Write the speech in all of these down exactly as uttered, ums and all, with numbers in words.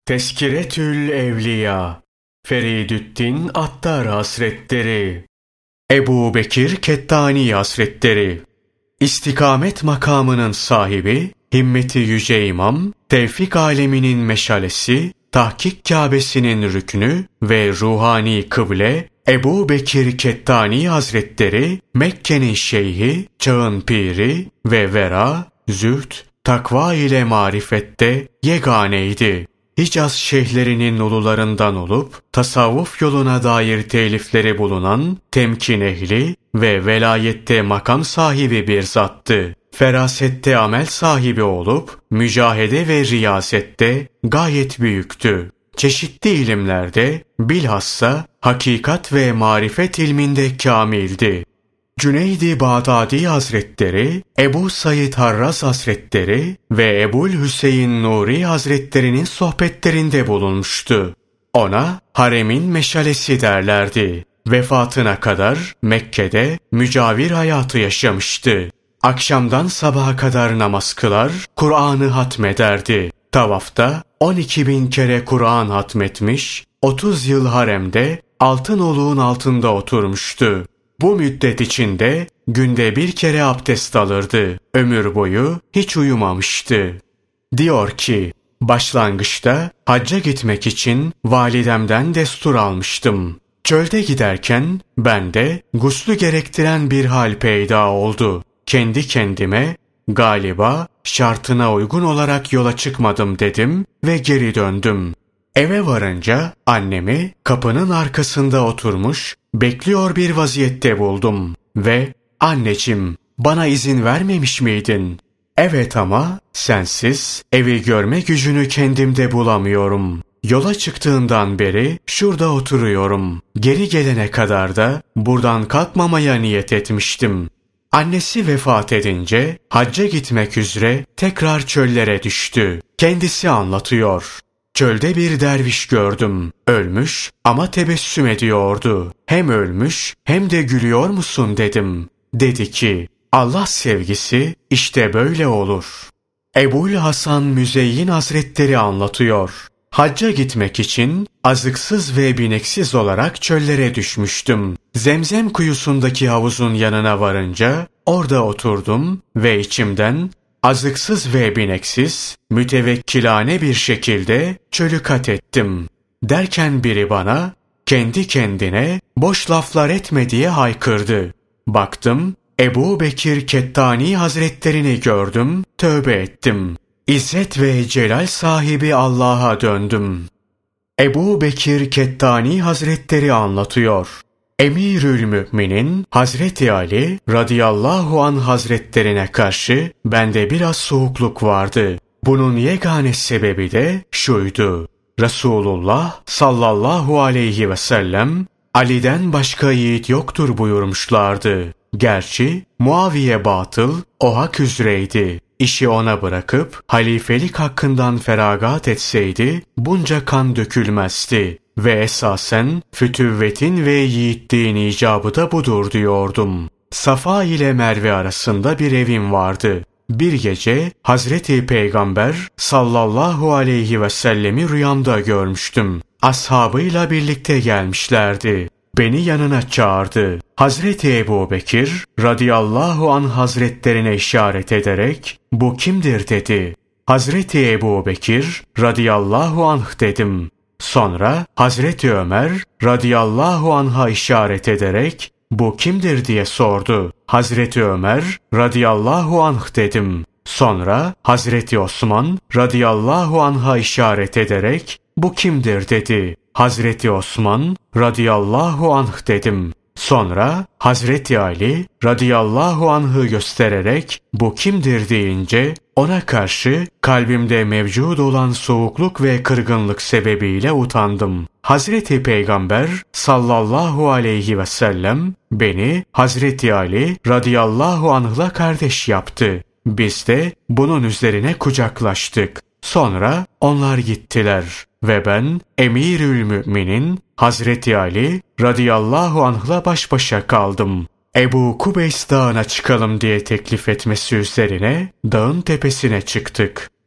Tezkiretül Evliya Feridüddin Attar Hazretleri, Ebu Bekir Kettani Hazretleri, İstikamet makamının sahibi, himmeti yüce imam, tevfik aleminin meşalesi, tahkik Kâbesinin rüknü ve ruhani kıble, Ebu Bekir Kettani Hazretleri, Mekke'nin şeyhi, çağın piri ve vera, zühd, takva ile marifette yeganeydi. Hicaz şeyhlerinin ulularından olup, tasavvuf yoluna dair telifleri bulunan temkin ehli ve velayette makam sahibi bir zattı. Ferasette amel sahibi olup, mücahede ve riyasette gayet büyüktü. Çeşitli ilimlerde, bilhassa hakikat ve marifet ilminde kâmildi. Cüneyd-i Bağdadi Hazretleri, Ebu Said Harraz Hazretleri ve Ebul Hüseyin Nuri Hazretleri'nin sohbetlerinde bulunmuştu. Ona haremin meşalesi derlerdi. Vefatına kadar Mekke'de mücavir hayatı yaşamıştı. Akşamdan sabaha kadar namaz kılar, Kur'an'ı hatmederdi. Tavafta on iki bin kere Kur'an hatmetmiş, otuz yıl haremde altın oluğun altında oturmuştu. Bu müddet içinde günde bir kere abdest alırdı. Ömür boyu hiç uyumamıştı. Diyor ki, başlangıçta hacca gitmek için validemden destur almıştım. Çölde giderken bende guslü gerektiren bir hal peyda oldu. Kendi kendime, galiba şartına uygun olarak yola çıkmadım dedim ve geri döndüm. Eve varınca annemi kapının arkasında oturmuş, bekliyor bir vaziyette buldum ve "Anneciğim, bana izin vermemiş miydin?" "Evet ama sensiz evi görme gücünü kendimde bulamıyorum. Yola çıktığından beri şurada oturuyorum. Geri gelene kadar da buradan kalkmamaya niyet etmiştim." Annesi vefat edince hacca gitmek üzere tekrar çöllere düştü. Kendisi anlatıyor. "Çölde bir derviş gördüm. Ölmüş ama tebessüm ediyordu. Hem ölmüş hem de gülüyor musun dedim. Dedi ki, Allah sevgisi işte böyle olur." Ebul Hasan Müzeyyin Hazretleri anlatıyor. Hacca gitmek için azıksız ve bineksiz olarak çöllere düşmüştüm. Zemzem kuyusundaki havuzun yanına varınca orada oturdum ve içimden azıksız ve bineksiz, mütevekkilane bir şekilde çölü kat ettim. Derken biri bana, kendi kendine boş laflar etme diye haykırdı. Baktım, Ebu Bekir Kettani Hazretlerini gördüm, tövbe ettim. İzzet ve celal sahibi Allah'a döndüm. Ebu Bekir Kettani Hazretleri anlatıyor. Emirül Müminin Hazreti Ali radıyallahu anh hazretlerine karşı bende biraz soğukluk vardı. Bunun yegane sebebi de şuydu. Resulullah sallallahu aleyhi ve sellem Ali'den başka yiğit yoktur buyurmuşlardı. Gerçi Muaviye batıl, o hak üzereydi. İşi ona bırakıp halifelik hakkından feragat etseydi bunca kan dökülmezdi. Ve esasen fütüvvetin ve yiğitliğin icabı da budur diyordum. Safa ile Merve arasında bir evim vardı. Bir gece Hazreti Peygamber sallallahu aleyhi ve sellemi rüyamda görmüştüm. Ashabıyla birlikte gelmişlerdi. Beni yanına çağırdı. Hazreti Ebu Bekir radıyallahu anh hazretlerine işaret ederek "Bu kimdir?" dedi. Hazreti Ebu Bekir radıyallahu anh dedim. Sonra Hazreti Ömer radıyallahu anh'a işaret ederek "Bu kimdir?" diye sordu. Hazreti Ömer radıyallahu anh dedim. Sonra Hazreti Osman radıyallahu anh'a işaret ederek "Bu kimdir?" dedi. Hazreti Osman radıyallahu anh dedim. Sonra Hazreti Ali radıyallahu anh'ı göstererek "Bu kimdir?" deyince ona karşı kalbimde mevcud olan soğukluk ve kırgınlık sebebiyle utandım. Hazreti Peygamber sallallahu aleyhi ve sellem beni Hazreti Ali radıyallahu anh'la kardeş yaptı. Biz de bunun üzerine kucaklaştık. Sonra onlar gittiler ve ben Emirül Müminin Hazreti Ali radıyallahu anh'la baş başa kaldım. Ebu Kubeys Dağı'na çıkalım diye teklif etmesi üzerine dağın tepesine çıktık.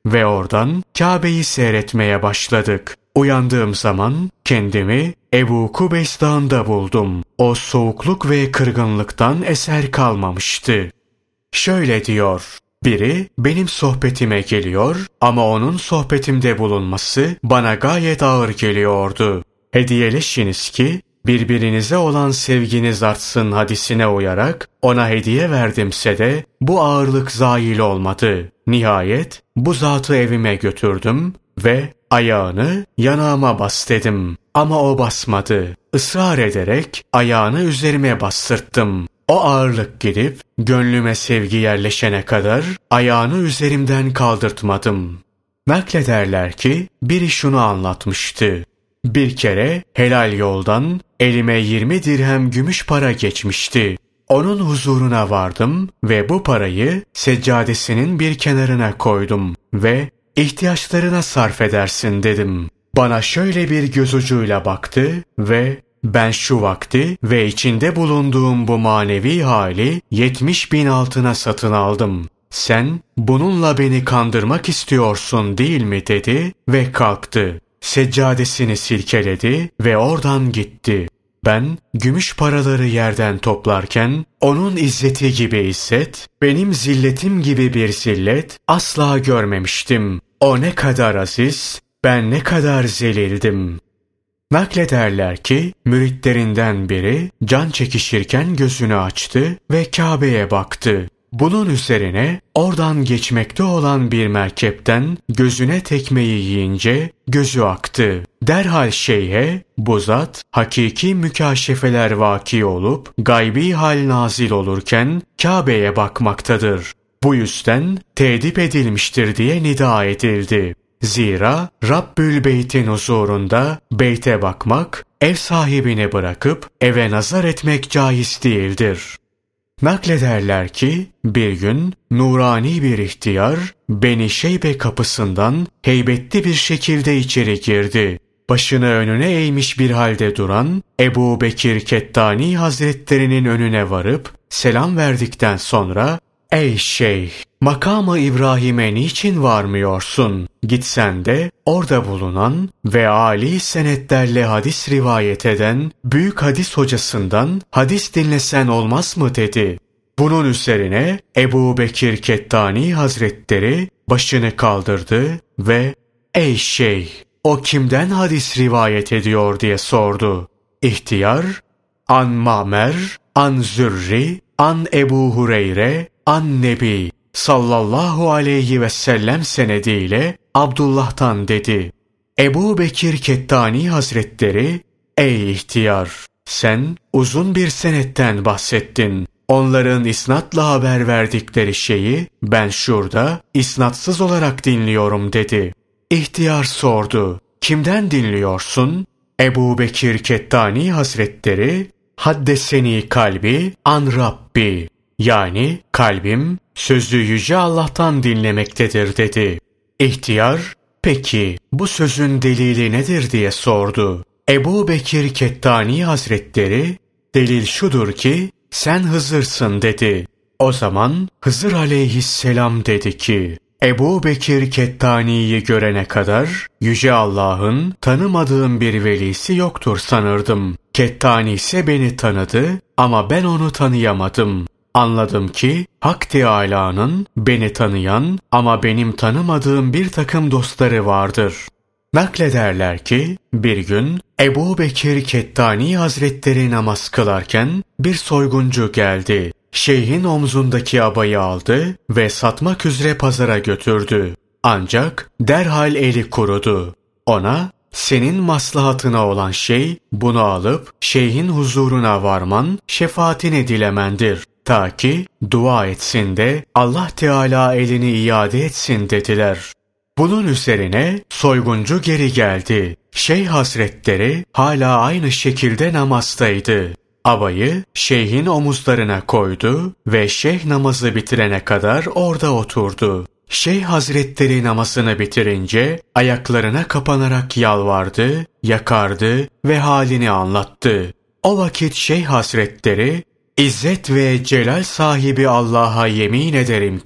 ve oradan Kabe'yi seyretmeye başladık. Uyandığım zaman kendimi Ebu Kubeys Dağı'nda buldum. O soğukluk ve kırgınlıktan eser kalmamıştı. Şöyle diyor: biri benim sohbetime geliyor ama onun sohbetimde bulunması bana gayet ağır geliyordu. Hediyeleşiniz ki birbirinize olan sevginiz artsın hadisine uyarak ona hediye verdimse de bu ağırlık zail olmadı. Nihayet bu zatı evime götürdüm ve ayağını yanağıma bas dedim. Ama o basmadı. Israr ederek ayağını üzerime bastırttım. O ağırlık gidip gönlüme sevgi yerleşene kadar ayağını üzerimden kaldırtmadım. Naklederler ki biri şunu anlatmıştı: bir kere helal yoldan elime yirmi dirhem gümüş para geçmişti. Onun huzuruna vardım ve bu parayı seccadesinin bir kenarına koydum ve ihtiyaçlarına sarf edersin dedim. Bana şöyle bir göz ucuyla baktı ve ben şu vakti ve içinde bulunduğum bu manevi hali yetmiş bin altına satın aldım. Sen bununla beni kandırmak istiyorsun değil mi dedi ve kalktı. Seccadesini silkeledi ve oradan gitti. Ben gümüş paraları yerden toplarken onun izzeti gibi izzet, benim zilletim gibi bir zillet asla görmemiştim. O ne kadar aziz, ben ne kadar zelildim. Naklederler ki müritlerinden biri can çekişirken gözünü açtı ve Kabe'ye baktı. Bunun üzerine oradan geçmekte olan bir merkepten gözüne tekmeyi yiyince gözü aktı. Derhal şeyhe bu zat hakiki mükaşefeler vaki olup gaybi hal nazil olurken Kabe'ye bakmaktadır. Bu yüzden tedip edilmiştir diye nida edildi. Zira Rabbül Beyt'in huzurunda beyte bakmak, ev sahibini bırakıp eve nazar etmek caiz değildir. Naklederler ki bir gün nurani bir ihtiyar Beni Şeybe kapısından heybetli bir şekilde içeri girdi. Başını önüne eğmiş bir halde duran Ebu Bekir Kettani Hazretlerinin önüne varıp selam verdikten sonra "Ey şeyh, makamı İbrahim'e niçin varmıyorsun? Gitsen de orada bulunan ve âli senetlerle hadis rivayet eden büyük hadis hocasından hadis dinlesen olmaz mı?" dedi. Bunun üzerine Ebu Bekir Kettani Hazretleri başını kaldırdı ve "Ey şeyh, o kimden hadis rivayet ediyor?" diye sordu. İhtiyar, "An Ma'mer, an Zürri, an Ebu Hureyre, an Nebi sallallahu aleyhi ve sellem senediyle Abdullah'tan" dedi. Ebu Bekir Kettani Hazretleri, "Ey ihtiyar, sen uzun bir senetten bahsettin. Onların isnatla haber verdikleri şeyi ben şurada isnatsız olarak dinliyorum" dedi. İhtiyar sordu, "Kimden dinliyorsun?" Ebu Bekir Kettani Hazretleri, "Haddeseni kalbi an Rabbi." Yani kalbim sözü Yüce Allah'tan dinlemektedir dedi. İhtiyar, "Peki bu sözün delili nedir?" diye sordu. Ebu Bekir Kettani Hazretleri, "Delil şudur ki sen Hızır'sın" dedi. O zaman Hızır aleyhisselam dedi ki, "Ebu Bekir Kettani'yi görene kadar Yüce Allah'ın tanımadığım bir velisi yoktur sanırdım. Kettani ise beni tanıdı ama ben onu tanıyamadım. Anladım ki Hak Teâlâ'nın beni tanıyan ama benim tanımadığım bir takım dostları vardır." Naklederler ki bir gün Ebu Bekir Kettani Hazretleri namaz kılarken bir soyguncu geldi. Şeyhin omzundaki abayı aldı ve satmak üzere pazara götürdü. Ancak derhal eli kurudu. Ona, "Senin maslahatına olan şey bunu alıp şeyhin huzuruna varman, şefaatini dilemendir. Ta ki dua etsin de Allah Teala elini iade etsin" dediler. Bunun üzerine soyguncu geri geldi. Şeyh Hazretleri hala aynı şekilde namazdaydı. Abayı şeyhin omuzlarına koydu ve şeyh namazı bitirene kadar orada oturdu. Şeyh Hazretleri namazını bitirince ayaklarına kapanarak yalvardı, yakardı ve halini anlattı. O vakit Şeyh Hazretleri, "İzzet ve celal sahibi Allah'a yemin ederim ki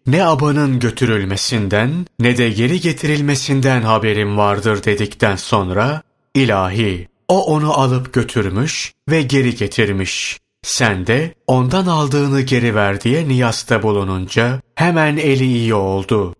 ne abanın götürülmesinden ne de geri getirilmesinden haberim vardır dedikten sonra, ilahi, o onu alıp götürmüş ve geri getirmiş. Sen de ondan aldığını geri ver diye niyazda bulununca hemen eli iyi oldu.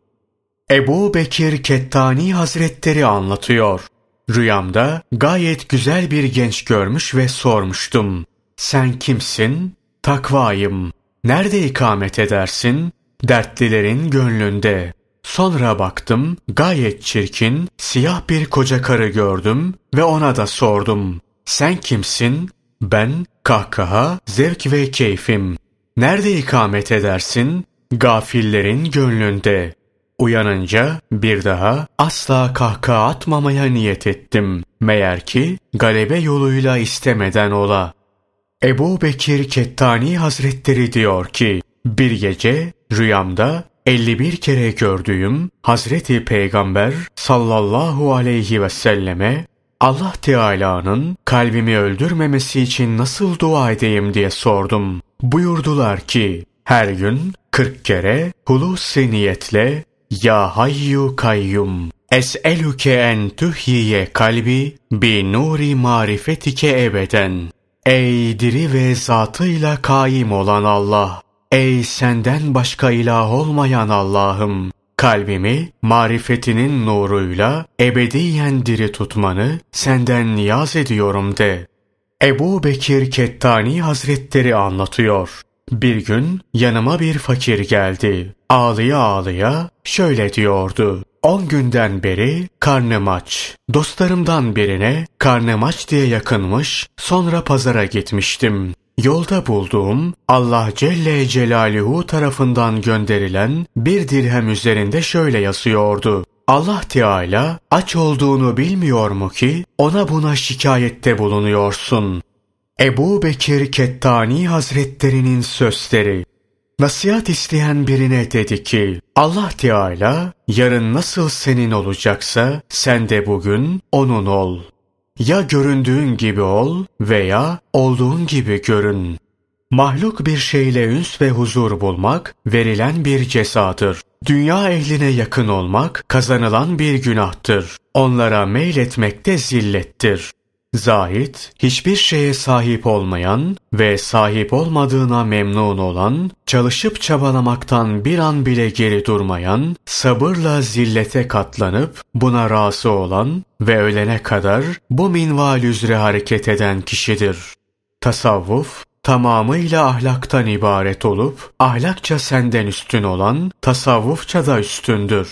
Ebu Bekir Kettani Hazretleri anlatıyor. Rüyamda gayet güzel bir genç görmüş ve sormuştum. Sen kimsin? Takvayım. Nerede ikamet edersin? Dertlilerin gönlünde. Sonra baktım, gayet çirkin, siyah bir koca karı gördüm ve ona da sordum. Sen kimsin? Ben kahkaha, zevk ve keyfim. Nerede ikamet edersin? Gafillerin gönlünde. Uyanınca bir daha asla kahkaha atmamaya niyet ettim. Meğer ki galebe yoluyla istemeden ola. Ebu Bekir Kettani Hazretleri diyor ki, bir gece rüyamda elli bir kere gördüğüm Hazreti Peygamber sallallahu aleyhi ve selleme Allah Teala'nın kalbimi öldürmemesi için nasıl dua edeyim diye sordum. Buyurdular ki, her gün kırk kere hulûs-i niyetle Ya Hayyu Kayyum Es'elüke en tuhyiye kalbi bi nuri marifetike ebeden. Ey diri ve zatıyla kaim olan Allah! Ey senden başka ilah olmayan Allah'ım! Kalbimi marifetinin nuruyla ebediyen diri tutmanı senden niyaz ediyorum de. Ebu Bekir Kettani Hazretleri anlatıyor. Bir gün yanıma bir fakir geldi. Ağlıya ağlıya şöyle diyordu. On günden beri karnım aç. Dostlarımdan birine karnım aç diye yakınmış, sonra pazara gitmiştim. Yolda bulduğum Allah Celle Celaluhu tarafından gönderilen bir dirhem üzerinde şöyle yazıyordu. Allah Teala aç olduğunu bilmiyor mu ki ona buna şikayette bulunuyorsun? Ebu Bekir Kettani Hazretlerinin sözleri. Nasihat isteyen birine dedi ki, Allah Teala yarın nasıl senin olacaksa sen de bugün onun ol. Ya göründüğün gibi ol veya olduğun gibi görün. Mahluk bir şeyle üns ve huzur bulmak verilen bir cezadır. Dünya ehline yakın olmak kazanılan bir günahtır. Onlara meyletmek de zillettir. Zahid, hiçbir şeye sahip olmayan ve sahip olmadığına memnun olan, çalışıp çabalamaktan bir an bile geri durmayan, sabırla zillete katlanıp buna razı olan ve ölene kadar bu minval üzere hareket eden kişidir. Tasavvuf, tamamıyla ahlaktan ibaret olup, ahlakça senden üstün olan, tasavvufça da üstündür.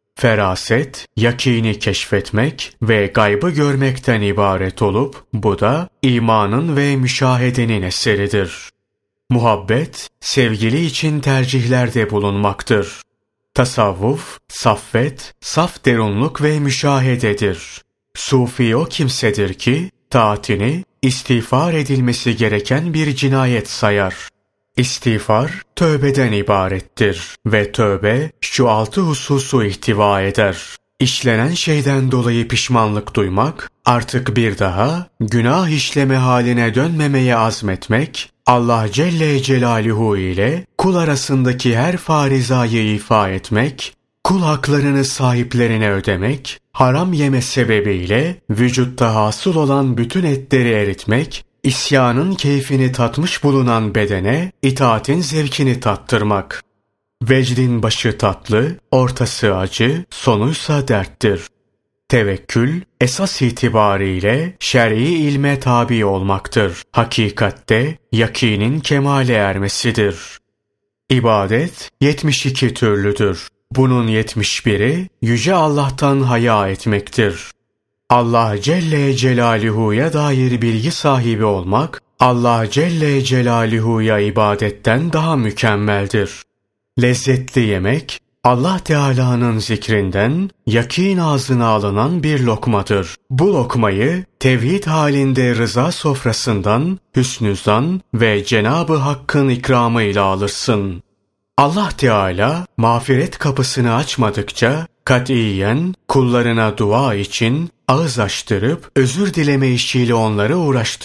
Feraset, yakini keşfetmek ve gaybı görmekten ibaret olup, bu da imanın ve müşahedenin eseridir. Muhabbet, sevgili için tercihlerde bulunmaktır. Tasavvuf, saffet, saf derunluk ve müşahededir. Sufi o kimsedir ki, taatini istiğfar edilmesi gereken bir cinayet sayar. İstiğfar, tövbeden ibarettir ve tövbe şu altı hususu ihtiva eder. İşlenen şeyden dolayı pişmanlık duymak, artık bir daha günah işleme haline dönmemeye azmetmek, Allah Celle Celaluhu ile kul arasındaki her farizayı ifa etmek, kul haklarını sahiplerine ödemek, haram yeme sebebiyle vücutta hasıl olan bütün etleri eritmek, İsyanın keyfini tatmış bulunan bedene itaatin zevkini tattırmak. Vecdin başı tatlı, ortası acı, sonuysa derttir. Tevekkül, esas itibariyle şer'i ilme tabi olmaktır. Hakikatte yakinin kemale ermesidir. İbadet yetmiş iki türlüdür. Bunun yetmiş biri Yüce Allah'tan haya etmektir. Allah Celle Celaluhu'ya dair bilgi sahibi olmak, Allah Celle Celaluhu'ya ibadetten daha mükemmeldir. Lezzetli yemek, Allah Teala'nın zikrinden yakîn ağzına alınan bir lokmadır. Bu lokmayı tevhid halinde rıza sofrasından hüsnü zan ve Cenab-ı Hakk'ın ikramıyla alırsın. Allah Teala mağfiret kapısını açmadıkça katiyen kullarına dua için ağız açtırıp özür dileme işiyle onları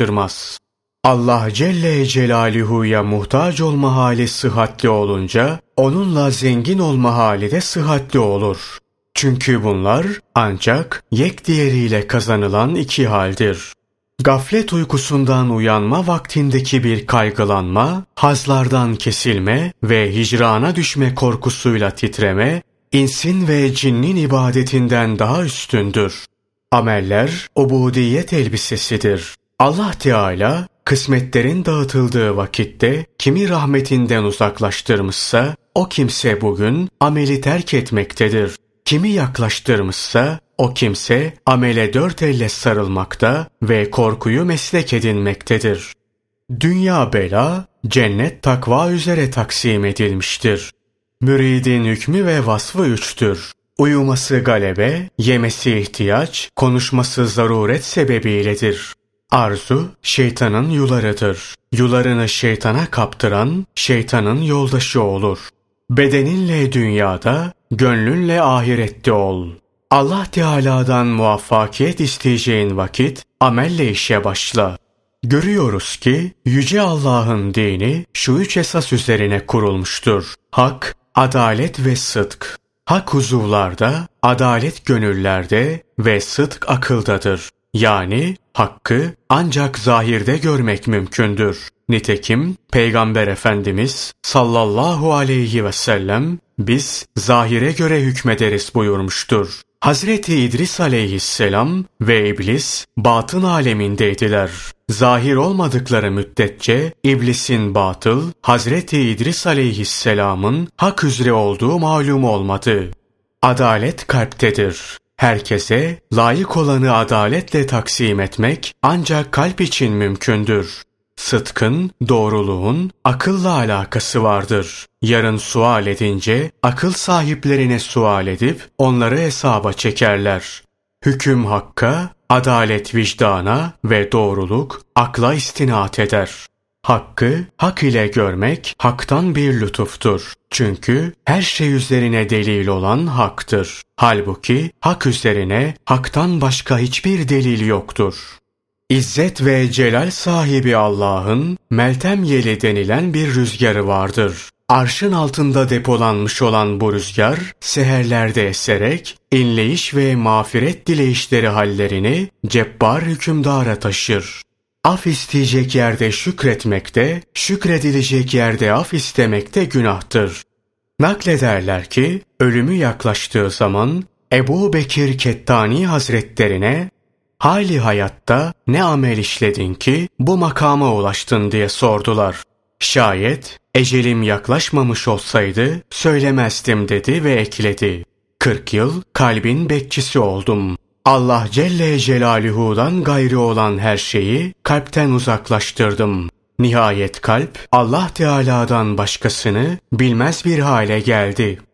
uğraştırmaz. Allah Celle Celaluhu'ya muhtaç olma hali sıhhatli olunca onunla zengin olma hali de sıhhatli olur. Çünkü bunlar ancak yek diğeriyle kazanılan iki haldir. Gaflet uykusundan uyanma vaktindeki bir kaygılanma, hazlardan kesilme ve hicrana düşme korkusuyla titreme, insin ve cinnin ibadetinden daha üstündür. Ameller, ubudiyet elbisesidir. Allah Teala, kısmetlerin dağıtıldığı vakitte kimi rahmetinden uzaklaştırmışsa, o kimse bugün ameli terk etmektedir. Kimi yaklaştırmışsa, o kimse amele dört elle sarılmakta ve korkuyu meslek edinmektedir. Dünya bela, cennet takva üzere taksim edilmiştir. Müridin hükmü ve vasfı üçtür. Uyuması galebe, yemesi ihtiyaç, konuşması zaruret sebebiyledir. Arzu, şeytanın yularıdır. Yularını şeytana kaptıran, şeytanın yoldaşı olur. Bedeninle dünyada, gönlünle ahirette ol. Allah Teala'dan muvaffakiyet isteyeceğin vakit, amelle işe başla. Görüyoruz ki, Yüce Allah'ın dini şu üç esas üzerine kurulmuştur. Hak, adalet ve sıdk. Hak huzuvlarda, adalet gönüllerde ve sıdk akıldadır. Yani hakkı ancak zahirde görmek mümkündür. Nitekim Peygamber Efendimiz sallallahu aleyhi ve sellem biz zahire göre hükmederiz buyurmuştur. Hazreti İdris aleyhisselam ve iblis batın alemindeydiler. Zahir olmadıkları müddetçe iblisin batıl, Hazreti İdris aleyhisselamın hak üzere olduğu malum olmadı. Adalet kalptedir. Herkese layık olanı adaletle taksim etmek ancak kalp için mümkündür. Sıdkın, doğruluğun akılla alakası vardır. Yarın sual edince akıl sahiplerine sual edip onları hesaba çekerler. Hüküm hakka, adalet vicdana ve doğruluk akla istinat eder. Hakkı hak ile görmek haktan bir lütuftur. Çünkü her şey üzerine delil olan haktır. Halbuki hak üzerine haktan başka hiçbir delil yoktur. İzzet ve celal sahibi Allah'ın Meltem yeli denilen bir rüzgarı vardır. Arşın altında depolanmış olan bu rüzgar, seherlerde eserek, inleyiş ve mağfiret dileyişleri hallerini cebbar hükümdara taşır. Af isteyecek yerde şükretmekte, şükredilecek yerde af istemekte günahtır. Naklederler ki, ölümü yaklaştığı zaman, Ebu Bekir Kettani Hazretlerine, hali hayatta ne amel işledin ki bu makama ulaştın diye sordular. Şayet ecelim yaklaşmamış olsaydı söylemezdim dedi ve ekledi. Kırk yıl kalbin bekçisi oldum. Allah Celle Celaluhu'dan gayri olan her şeyi kalpten uzaklaştırdım. Nihayet kalp Allah Teala'dan başkasını bilmez bir hale geldi.